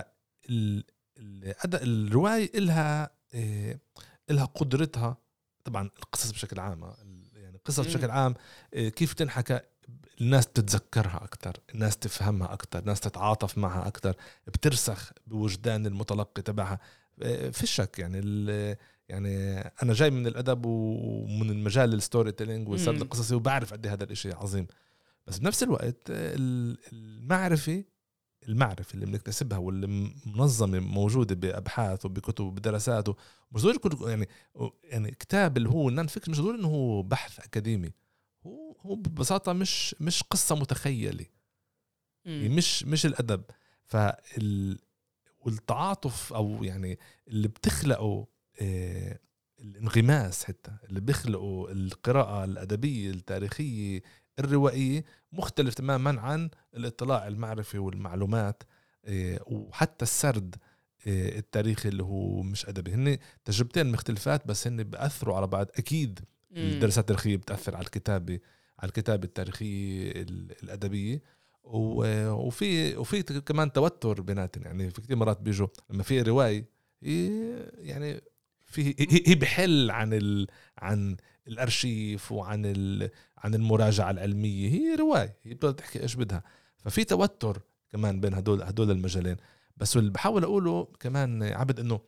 فالأداء الرواية إلها إلها قدرتها. طبعا القصص بشكل عام، يعني القصص بشكل عام كيف تنحكى، الناس تتذكرها أكتر، الناس تفهمها أكتر، الناس تتعاطف معها أكتر، بترسخ بوجدان المتلقي تبعها. في الشك يعني يعني أنا جاي من الأدب ومن المجال الستوري تيلينج والسرد القصصي، وبعرف قد هذا الإشي عظيم. بس بنفس الوقت المعرفة المعرفة اللي بنكتسبها واللي منظمة موجودة بأبحاث وبكتب وبدراسات، ومش ضروري يكون يعني يعني كتاب اللي هو نان فيكشن مش ضروري إنه هو بحث أكاديمي. هو هو ببساطة مش مش قصة متخيلة. مش مش الأدب. فال والتعاطف أو يعني اللي بتخلقه آه الانغماس، حتى اللي بيخلقوا القراءة الأدبية التاريخية الروائية مختلف تماما عن الاطلاع المعرفي والمعلومات آه وحتى السرد آه التاريخي اللي هو مش أدبي. هن تجربتين مختلفات بس هن بأثروا على بعض. أكيد الدراسات التاريخية بتأثر على الكتابة على الكتابة التاريخية الأدبية، وفي وفي كمان توتر بيناتنا. يعني في كتير مرات بيجوا لما في رواية يعني في هي بحل عن ال عن الارشيف وعن ال عن المراجعة العلمية. هي رواية، هي بتقدر تحكي ايش بدها. ففي توتر كمان بين هدول هدول المجالين. بس اللي بحاول اقوله كمان عبد انه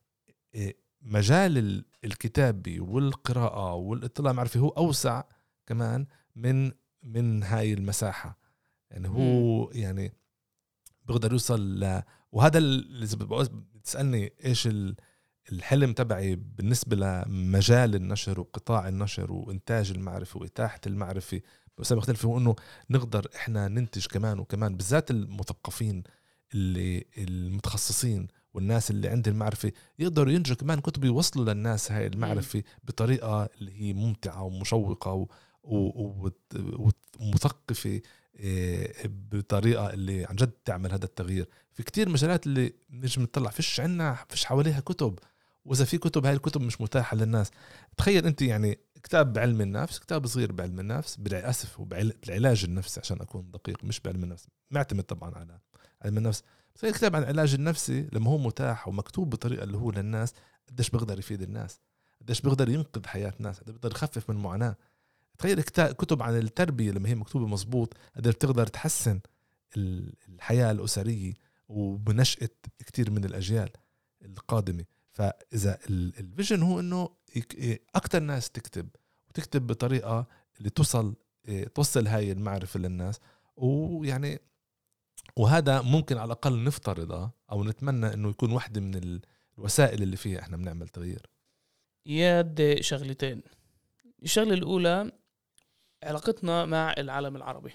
مجال الكتابي والقراءة والاطلاع معرفي هو اوسع كمان من من هاي المساحة. يعني هو م. يعني بقدر يوصل ل... وهذا اللي بتسألني ايش الحلم تبعي بالنسبة لمجال النشر وقطاع النشر وإنتاج المعرفة وإتاحة المعرفة بس مختلف، هو إنه نقدر إحنا ننتج كمان وكمان بالذات المثقفين اللي المتخصصين والناس اللي عند المعرفة يقدروا ينتجوا كمان كتب يوصلوا للناس هاي المعرفة م. بطريقة اللي هي ممتعة ومشوقة و... و... ومثقفة بطريقة اللي عن جد تعمل هذا التغيير. في كتير مجالات اللي نجم نطلع فيش عنا فيش حواليها كتب، وإذا في كتب هاي الكتب مش متاحة للناس. تخيل أنت يعني كتاب بعلم النفس، كتاب صغير بعلم النفس بالأسف وبالعلاج النفسي عشان أكون دقيق، مش بعلم النفس معتمد طبعا على علم النفس. تخيل كتاب عن العلاج النفسي لما هو متاح ومكتوب بطريقة اللي هو للناس، قديش بيقدر يفيد الناس، قديش بيقدر ينقذ حياة الناس، قديش بيقدر يخفف من معاناة. تخيل كتب عن التربية لما هي مكتوبة مظبوط قدر تقدر تحسن الحياة الأسرية وبنشأة كتير من الأجيال القادمة. فإذا الفيجن هو إنه أكتر ناس تكتب وتكتب بطريقة اللي توصل توصل هاي المعرفة للناس، ويعني وهذا ممكن على الأقل نفترضه أو نتمنى إنه يكون واحدة من الوسائل اللي فيها إحنا بنعمل تغيير. ياد شغلتين. الشغلة الأولى علاقتنا مع العالم العربي،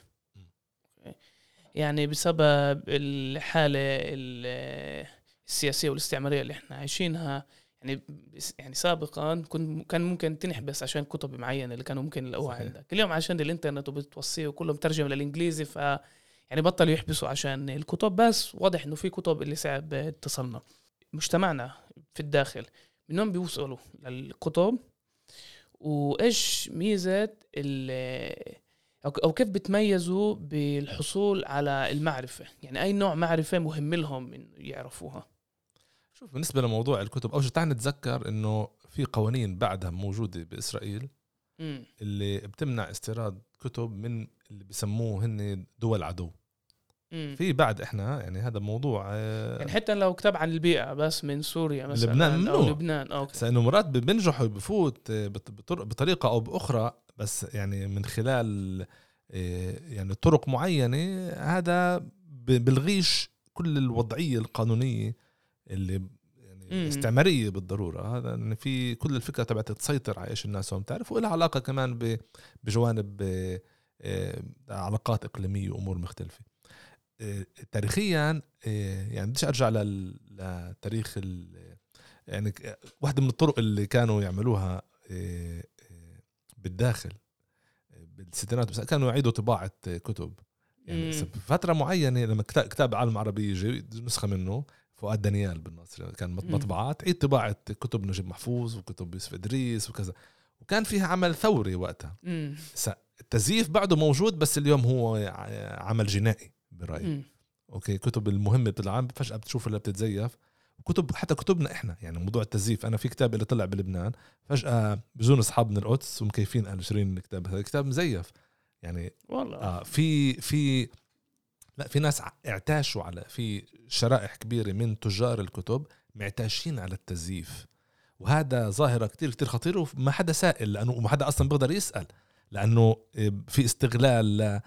يعني بسبب الحالة السياسية والاستعمارية اللي احنا عايشينها. يعني يعني سابقا كان ممكن تنحبس عشان كتب معينة اللي كانوا ممكن يلاقوها عندك. اليوم عشان الانترنت وبتوصيه وكله مترجم للإنجليزي، ف يعني بطلوا يحبسوا عشان الكتب. بس واضح انه في كتب اللي صعب اتصلنا. مجتمعنا في الداخل منهم بيوصلوا للكتب، وإيش ميزة أو كيف بتميزوا بالحصول على المعرفة؟ يعني أي نوع معرفة مهم لهم إنه يعرفوها؟ شوف، بالنسبة لموضوع الكتب أول شيء تعال نتذكر إنه في قوانين بعدها موجودة بإسرائيل م. اللي بتمنع استيراد كتب من اللي بيسموه هن دول عدو. في بعد إحنا يعني هذا موضوع يعني حتى لو كتاب عن البيئة بس من سوريا مثلا لبنان أو لبنان أو لأنه مرات بنجحوا بفوت بطريقة أو بأخرى، بس يعني من خلال يعني طرق معينة. هذا بالغيش كل الوضعية القانونية اللي يعني استعمارية بالضرورة. هذا يعني في كل الفكرة تبعت تسيطر على إيش الناس هم تعرف، وإلها علاقة كمان بجوانب علاقات إقليمية وأمور مختلفة. تاريخيا يعني بديش أرجع للتاريخ يعني واحدة من الطرق اللي كانوا يعملوها بالداخل بالستينات بس كانوا يعيدوا طباعة كتب. يعني فترة معينة لما كتاب عالم العربي يجي نسخة منه فؤاد دانيال بالنصر كان مطبعات عيد طباعة كتب نجيب محفوظ وكتب يوسف إدريس وكذا، وكان فيها عمل ثوري وقتها. التزييف بعده موجود بس اليوم هو عمل جنائي برأيي. أوكي، كتب المهمة بالعام فجأة بتشوف اللي بتتزيف. كتب حتى كتبنا إحنا يعني موضوع التزييف. أنا في كتاب اللي طلع بلبنان فجأة بيجون أصحاب من القدس ومكيفين قالوا شرين الكتاب هذا كتاب مزيف يعني والله. آه في في لا في ناس اعتاشوا على في شرائح كبيرة من تجار الكتب معتاشين على التزييف، وهذا ظاهرة كتير كتير خطيرة وما حدا سائل لأنه وما حدا أصلا بيقدر يسأل لأنه في استغلال ل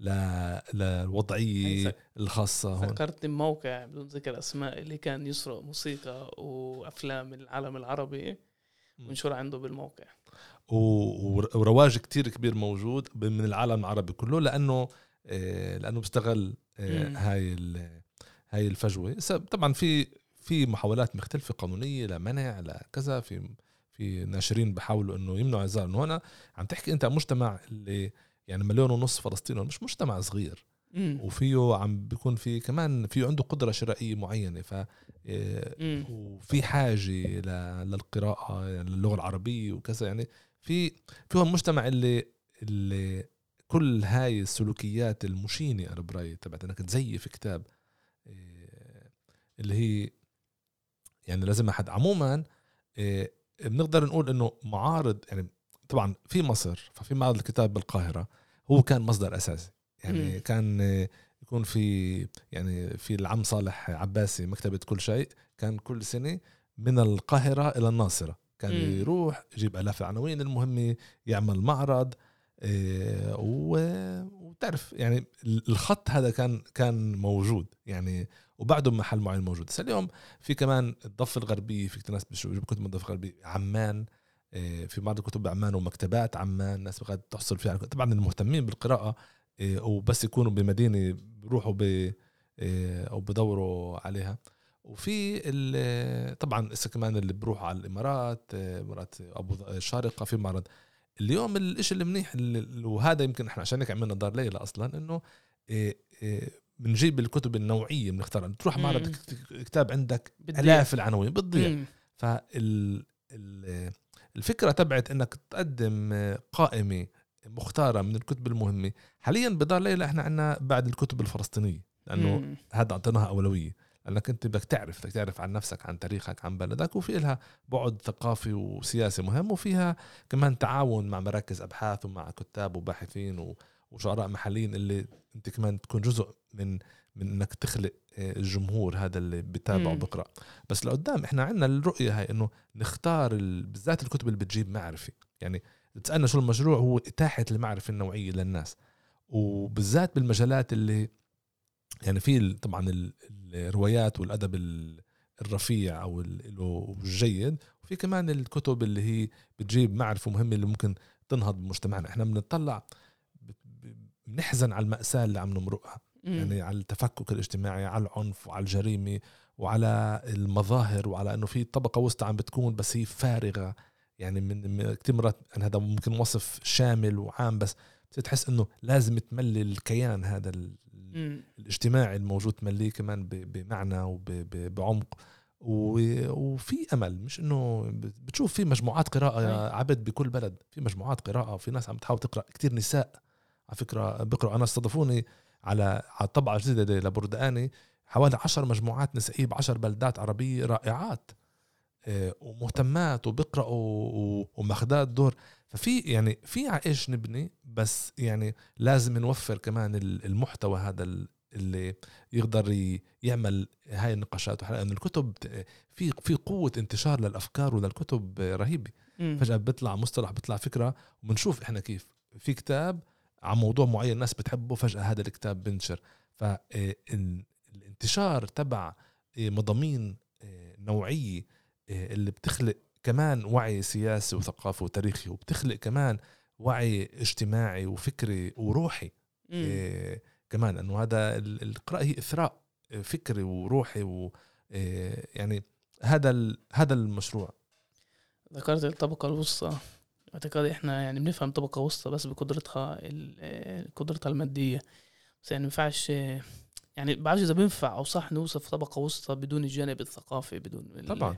للوضعية الخاصة. فكرت بموقع بدون ذكر أسماء اللي كان يسرق موسيقى وأفلام من العالم العربي ونشر عنده بالموقع، ورواج كتير كبير موجود من العالم العربي كله، لأنه لأنه بيستغل هاي هاي الفجوة. طبعا في في محاولات مختلفة قانونية لمنع لكذا، في في ناشرين بحاولوا انه يمنعوا الزار. انه هنا عم تحكي انت عن مجتمع اللي يعني مليون ونص فلسطيني، مش مجتمع صغير، مم. وفيه عم بيكون في كمان في عنده قدرة شرائية معينة، ف وفي حاجة للقراءة يعني للغة العربية وكذا. يعني في فيه المجتمع اللي اللي كل هاي السلوكيات المشينة أنا برأيي تبعت انك تزيف كتاب اللي هي يعني لازم أحد عموما. بنقدر نقول انه معارض، يعني طبعا في مصر ففي معرض الكتاب بالقاهرة هو كان مصدر اساسي. يعني م. كان يكون في يعني في العم صالح عباسي مكتبة كل شيء، كان كل سنة من القاهرة الى الناصرة كان م. يروح يجيب الاف العناوين المهمة، يعمل معرض. وتعرف يعني الخط هذا كان كان موجود يعني، وبعده محل معين موجود. بس اليوم في كمان الضفة الغربية، في ناس بيجيبوا كتب من الضفة الغربية، عمان في بعض الكتب بعمان ومكتبات عمان ناس بقى تحصل فيها. طبعا المهتمين بالقراءة وبس يكونوا بمدينة بيروحوا ب أو بدوروا عليها. وفي طبعا إسا كمان اللي بروحوا على الإمارات، إمارات أبو الشارقة في معرض. اليوم الاشي اللي منيح اللي وهذا يمكن احنا عشان هيك عملنا دار ليلى اصلا، انه بنجيب الكتب النوعيه، بنختار تروح معرض كتاب عندك الاف العناوين بتضيع. فال الفكره تبعت انك تقدم قائمه مختاره من الكتب المهمه. حاليا بدار ليلى احنا عندنا بعد الكتب الفلسطينيه، لانه مم. هذا اعطيناها اولويه، لأنك أنت بدك تعرف بدك تعرف عن نفسك، عن تاريخك، عن بلدك، وفي لها بعد ثقافي وسياسي مهم، وفيها كمان تعاون مع مراكز أبحاث ومع كتاب وباحثين وشعراء محليين اللي أنت كمان تكون جزء من من إنك تخلق الجمهور هذا اللي بتابع وبقرأ. بس لقدام إحنا عندنا الرؤية هاي إنه نختار بالذات الكتب اللي بتجيب معرفة. يعني تسألنا شو المشروع، هو إتاحة المعرفة النوعية للناس، وبالذات بالمجالات اللي يعني في طبعا الروايات والأدب الرفيع أو الجيد، وفي كمان الكتب اللي هي بتجيب معرفة مهمة اللي ممكن تنهض بمجتمعنا. احنا بنطلع بنحزن على المأساة اللي عم نمرقها، يعني على التفكك الاجتماعي، على العنف وعلى الجريمة وعلى المظاهر، وعلى انه في طبقة وسطى عم بتكون بس هي فارغة. يعني من كتير مرات يعني هذا ممكن وصف شامل وعام، بس بتحس انه لازم تملي الكيان هذا الاجتماعي الموجود، تمليه كمان بمعنى وبعمق وفي امل. مش انه بتشوف في مجموعات قراءه يا عبد بكل بلد، في مجموعات قراءه، في ناس عم تحاول تقرا، كتير نساء على فكره بقرأوا. انا استضافوني على على طبعه جديده لبردقاني، حوالي عشر مجموعات نسائيه بعشر بلدات عربيه رائعات ومهتمات وبقرأوا وماخذات دور. ففي يعني في عايش نبني، بس يعني لازم نوفر كمان المحتوى هذا اللي يقدر يعمل هاي النقاشات. لأن الكتب في في قوة انتشار للأفكار وللكتب رهيبة. م. فجأة بيطلع مصطلح، بيطلع فكرة، وبنشوف إحنا كيف في كتاب عن موضوع معين الناس بتحبه، فجأة هذا الكتاب بنشر. فالانتشار تبع مضامين نوعية اللي بتخلق كمان وعي سياسي وثقافي وتاريخي، وبتخلق كمان وعي اجتماعي وفكري وروحي إيه كمان. انه هذا القراءة هي اثراء فكري وروحي و إيه يعني هذا هذا المشروع. ذكرت الطبقة الوسطى، اعتقادي احنا يعني بنفهم طبقة وسطى بس بقدرتها قدرتها المادية، بس يعني ينفعش يعني بعرفش اذا بينفع او صح نوصف طبقة وسطى بدون الجانب الثقافي، بدون طبعا.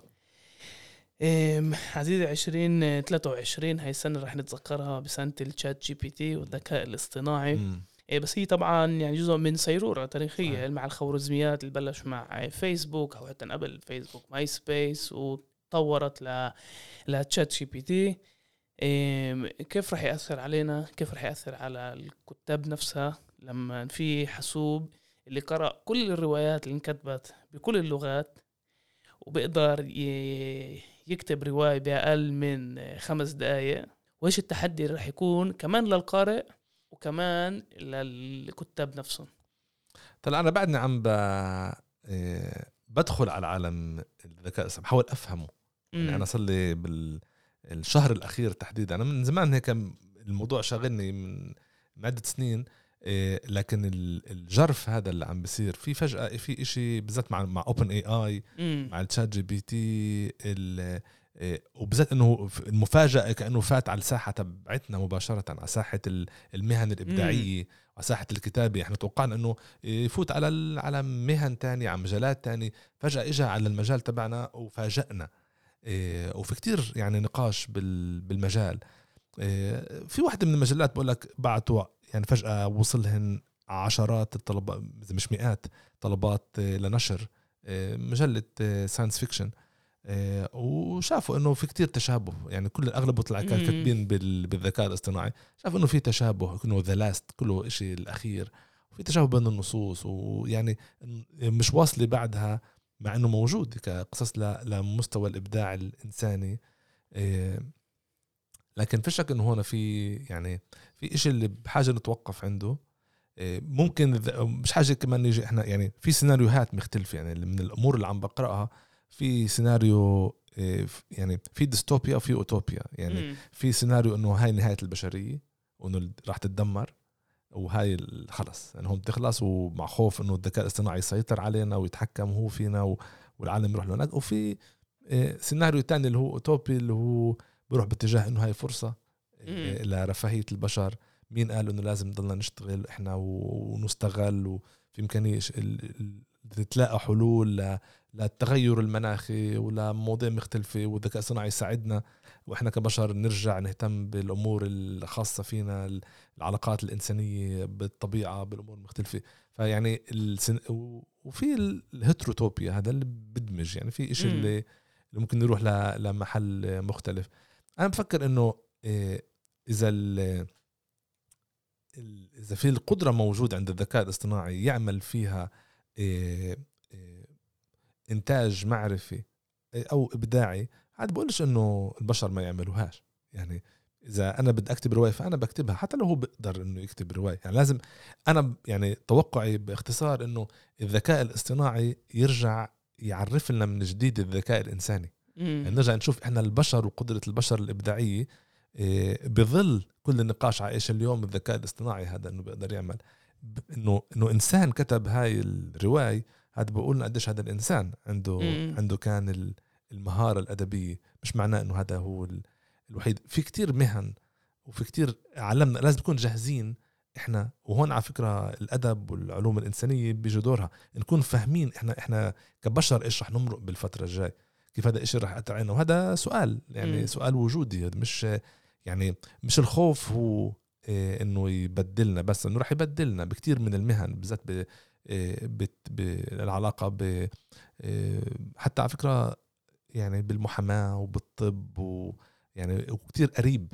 عزيزي عشرين ثلاثة وعشرين هاي السنة رح نتذكرها بسنة الشات جي بي تي والذكاء الاصطناعي. م. بس هي طبعا يعني جزء من سيرورة تاريخية صحيح. مع الخوارزميات اللي بلش مع فيسبوك أو حتى قبل فيسبوك ماي سبيس، وطورت ل لتشات جي بي تي. كيف رح يأثر علينا؟ كيف رح يأثر على الكتاب نفسها لما في حاسوب اللي قرأ كل الروايات اللي انكتبت بكل اللغات وبيقدر يكتب رواية بأقل من خمس دقايق؟ وإيش التحدي اللي رح يكون كمان للقارئ وكمان للكتاب نفسهم؟ طلع أنا بعدني عم ب... بدخل على عالم الذكاء، بحاول أفهمه. يعني أنا صار لي بالشهر الأخير تحديدا، أنا من زمان هيك الموضوع شاغلني من عدة سنين، لكن الجرف هذا اللي عم بيصير في فجأة في إشي بالذات مع مع اوبن اي اي مع الشات جي بي تي، وبالذات انه المفاجأة كأنه فات على الساحة تبعتنا مباشرة على ساحة المهن الإبداعية وساحة الكتابة. احنا توقعنا انه يفوت على على مهن تانية على مجالات تانية، فجأة اجى على المجال تبعنا وفاجأنا. وفي كتير يعني نقاش بالمجال. في واحدة من المجلات بقول لك بعتوا يعني فجأة وصلهن عشرات الطلبات مش مئات طلبات لنشر مجلة ساينس فيكشن، وشافوا انه في كتير تشابه. يعني كل الاغلب طلع كاتبين بالذكاء الاصطناعي، شافوا انه في تشابه، انه ذا لاست كله شيء الاخير، وفي تشابه بين النصوص، ويعني مش واصله بعدها مع انه موجود كقصص لمستوى الابداع الانساني. لكن في شك انه هنا في يعني في اشي اللي بحاجه نتوقف عنده. ممكن مش حاجه كمان نيجي احنا يعني في سيناريوهات مختلفه. يعني من الامور اللي عم بقراها في سيناريو يعني في ديستوبيا وفي اوتوبيا. يعني م. في سيناريو انه هاي نهايه البشريه وانه راح تتدمر وهاي خلص انهم يعني تخلص، ومع خوف انه الذكاء الاصطناعي يسيطر علينا ويتحكم هو فينا والعالم يروح لهناك. وفي سيناريو تاني اللي هو اوتوبي اللي هو بيروح باتجاه انه هاي فرصة لرفاهية البشر. مين قال انه لازم نضلنا نشتغل احنا ونستغل، وفي امكانية تلاقى حلول للتغير المناخي ولا مواضيع مختلفة، والذكاء الصناعي يساعدنا واحنا كبشر نرجع نهتم بالامور الخاصة فينا، العلاقات الانسانية بالطبيعة بالامور المختلفة. فيعني السن... وفي الهيتروتوبيا هذا اللي بدمج يعني في اشي اللي اللي ممكن نروح لمحل مختلف. أنا بفكر إنه إذا إذا في القدرة موجودة عند الذكاء الاصطناعي يعمل فيها إنتاج معرفي أو إبداعي، عاد بقولش إنه البشر ما يعملوهاش. يعني إذا أنا بدي أكتب رواية فأنا بكتبها حتى لو هو بقدر إنه يكتب رواية. يعني لازم أنا يعني توقعي باختصار إنه الذكاء الاصطناعي يرجع يعرف لنا من جديد الذكاء الإنساني. يعني نرجع نشوف إحنا البشر وقدرة البشر الإبداعية بظل كل النقاش على إيش اليوم الذكاء الاصطناعي هذا إنه بيقدر يعمل. إنه إنه إنسان كتب هاي الرواية، هذا بقولنا قديش هذا الإنسان عنده مم. عنده كان المهارة الأدبية. مش معناه إنه هذا هو الوحيد. في كتير مهن وفي كتير علمنا لازم نكون جاهزين إحنا. وهون على فكرة الأدب والعلوم الإنسانية بيجوا دورها، نكون فاهمين إحنا إحنا كبشر إيش رح نمرق بالفترة الجاي، كيف هذا إشي رح أثر علينا. وهذا سؤال يعني م. سؤال وجودي. مش يعني مش الخوف هو إيه إنه يبدلنا، بس إنه رح يبدلنا بكتير من المهن بالذات بالعلاقة ب حتى على فكرة يعني بالمحاماة وبالطب ويعني وكتير قريب.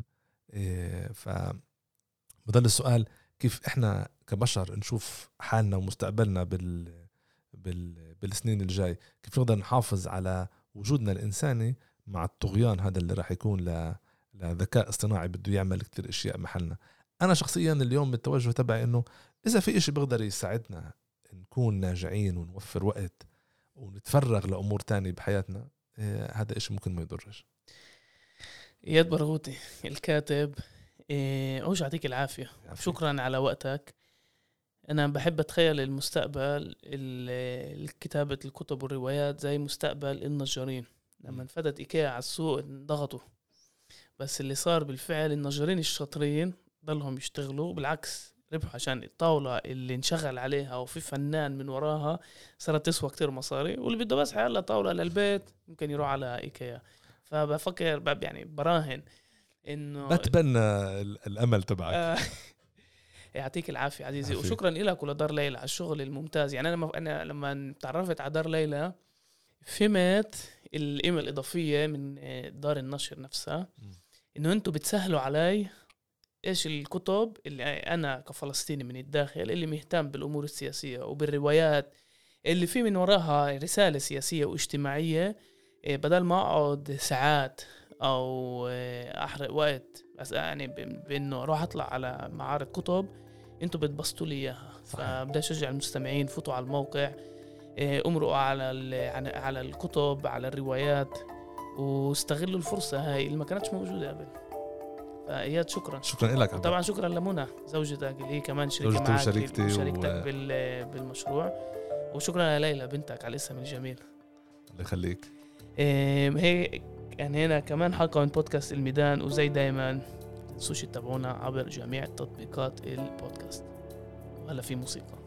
فبضل السؤال كيف إحنا كبشر نشوف حالنا ومستقبلنا بال بال بالسنين الجاي، كيف نقدر نحافظ على وجودنا الإنساني مع الطغيان هذا اللي راح يكون ل... لذكاء اصطناعي بده يعمل كتير اشياء محلنا. انا شخصيا اليوم التوجه تبعي انه اذا في اشي بيقدر يساعدنا نكون ناجعين ونوفر وقت ونتفرغ لامور تانية بحياتنا، إيه هذا اشي ممكن ما يضرش. اياد برغوثي الكاتب، إيه اوش يعطيك العافية. عافية. شكرا على وقتك. أنا بحب أتخيل المستقبل الكتابة الكتب والروايات زي مستقبل النجارين. لما انفتت إيكيا على السوق انضغطوا، بس اللي صار بالفعل النجارين الشاطرين ضلهم يشتغلوا، بالعكس ربحوا عشان الطاولة اللي انشغل عليها وفي فنان من وراها صارت تسوى كتير مصاري، واللي بده بس حيلا طاولة للبيت ممكن يروح على إيكيا. فبفكر يعني براهن إنه بتبنى الأمل تبعك. يعطيك العافية عزيزي. عافية. وشكرا لك ولدار ليلى على الشغل الممتاز. يعني أنا, أنا لما تعرفت على دار ليلى فهمت القيمة الإضافية من دار النشر نفسها، إنه أنتوا بتسهلوا علي إيش الكتب اللي أنا كفلسطيني من الداخل اللي مهتم بالأمور السياسية وبالروايات اللي في من وراها رسالة سياسية واجتماعية، بدل ما أقعد ساعات أو أحرق وقت يعني بأنه أروح أطلع على معارض كتب، أنتوا بتبسطوا لي إياها. فبدأ أشجع المستمعين فوتوا على الموقع، امرقوا على على الكتب على الروايات واستغلوا الفرصة هاي اللي ما كانتش موجودة قبل. فاياد شكرا. شكرا لك. طبعا شكرا لمنى زوجتك اللي هي كمان شريكة معك وشريكتي وشريكتك و... بال... بالمشروع. وشكرا لليلى بنتك على الاسم الجميل. الله يخليك. هيك يعني هنا كمان حلقة من بودكاست الميدان، وزي دايما تنسوش تتابعونا عبر جميع تطبيقات البودكاست. وهلا في موسيقى.